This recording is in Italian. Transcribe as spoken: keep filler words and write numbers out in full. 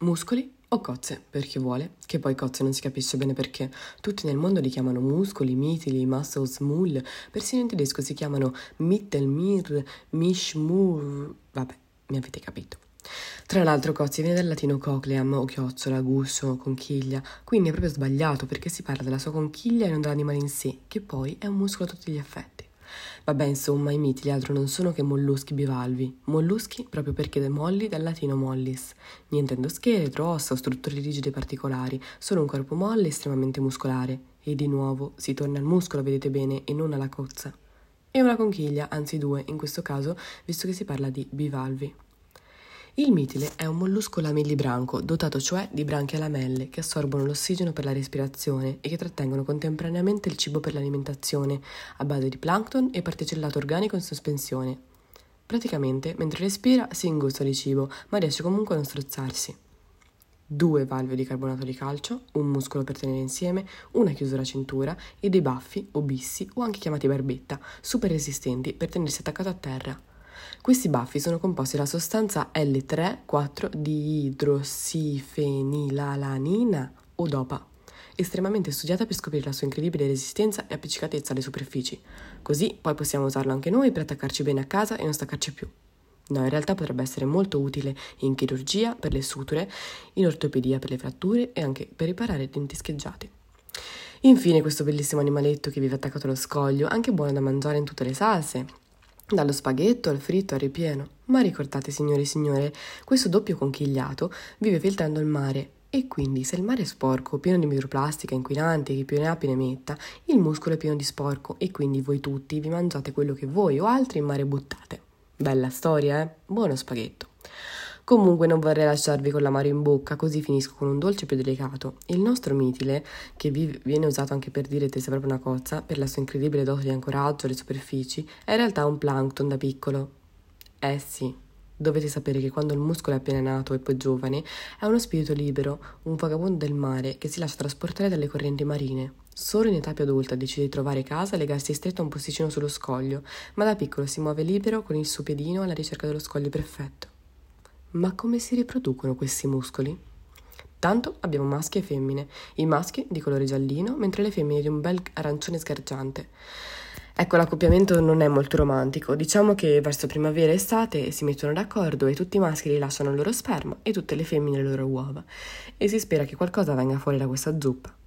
Muscoli o cozze, per chi vuole, che poi cozze non si capisce bene perché. Tutti nel mondo li chiamano muscoli, mitili, muscles, mul, persino in tedesco si chiamano Mittelmeer, Mischmur, vabbè, mi avete capito. Tra l'altro cozzi viene dal latino cochleam o chiocciola, guscio, conchiglia, quindi è proprio sbagliato perché si parla della sua conchiglia e non dell'animale in sé, che poi è un muscolo a tutti gli effetti. Vabbè, insomma, i mitili altro non sono che molluschi bivalvi. Molluschi proprio perché dai molli dal latino mollis. Niente endoscheletro, ossa o strutture rigide particolari, solo un corpo molle estremamente muscolare. E di nuovo si torna al muscolo, vedete bene, e non alla cozza. E una conchiglia, anzi due, in questo caso, visto che si parla di bivalvi. Il mitile è un mollusco lamellibranco, dotato cioè di branchie a lamelle che assorbono l'ossigeno per la respirazione e che trattengono contemporaneamente il cibo per l'alimentazione a base di plancton e particellato organico in sospensione. Praticamente, mentre respira, si ingozzano di cibo, ma riesce comunque a non strozzarsi. Due valve di carbonato di calcio, un muscolo per tenere insieme, una chiusura a cintura e dei baffi o bissi o anche chiamati barbetta, super resistenti per tenersi attaccato a terra. Questi baffi sono composti dalla sostanza L tre quattro diidrossifenilalanina o DOPA, estremamente studiata per scoprire la sua incredibile resistenza e appiccicatezza alle superfici. Così poi possiamo usarlo anche noi per attaccarci bene a casa e non staccarci più. No, in realtà potrebbe essere molto utile in chirurgia per le suture, in ortopedia per le fratture e anche per riparare denti scheggiati. Infine questo bellissimo animaletto che vive attaccato allo scoglio, anche buono da mangiare in tutte le salse, dallo spaghetto al fritto al ripieno. Ma ricordate, signori e signore, questo doppio conchigliato vive filtrando il mare e quindi se il mare è sporco, pieno di microplastica, inquinante, chi più ne ha più ne metta, il muscolo è pieno di sporco e quindi voi tutti vi mangiate quello che voi o altri in mare buttate. Bella storia, eh? Buono spaghetto. Comunque non vorrei lasciarvi con l'amaro in bocca, così finisco con un dolce più delicato. Il nostro mitile, che vi viene usato anche per dire che sia proprio una cozza, per la sua incredibile dose di ancoraggio alle superfici, è in realtà un plancton da piccolo. Eh sì, dovete sapere che quando il muscolo è appena nato e poi giovane, è uno spirito libero, un vagabondo del mare che si lascia trasportare dalle correnti marine. Solo in età più adulta decide di trovare casa e legarsi stretto a un posticino sullo scoglio, ma da piccolo si muove libero con il suo piedino alla ricerca dello scoglio perfetto. Ma come si riproducono questi muscoli? Tanto abbiamo maschi e femmine, i maschi di colore giallino, mentre le femmine di un bel arancione sgargiante. Ecco, l'accoppiamento non è molto romantico, diciamo che verso primavera e estate si mettono d'accordo e tutti i maschi rilasciano il loro sperma e tutte le femmine le loro uova, e si spera che qualcosa venga fuori da questa zuppa.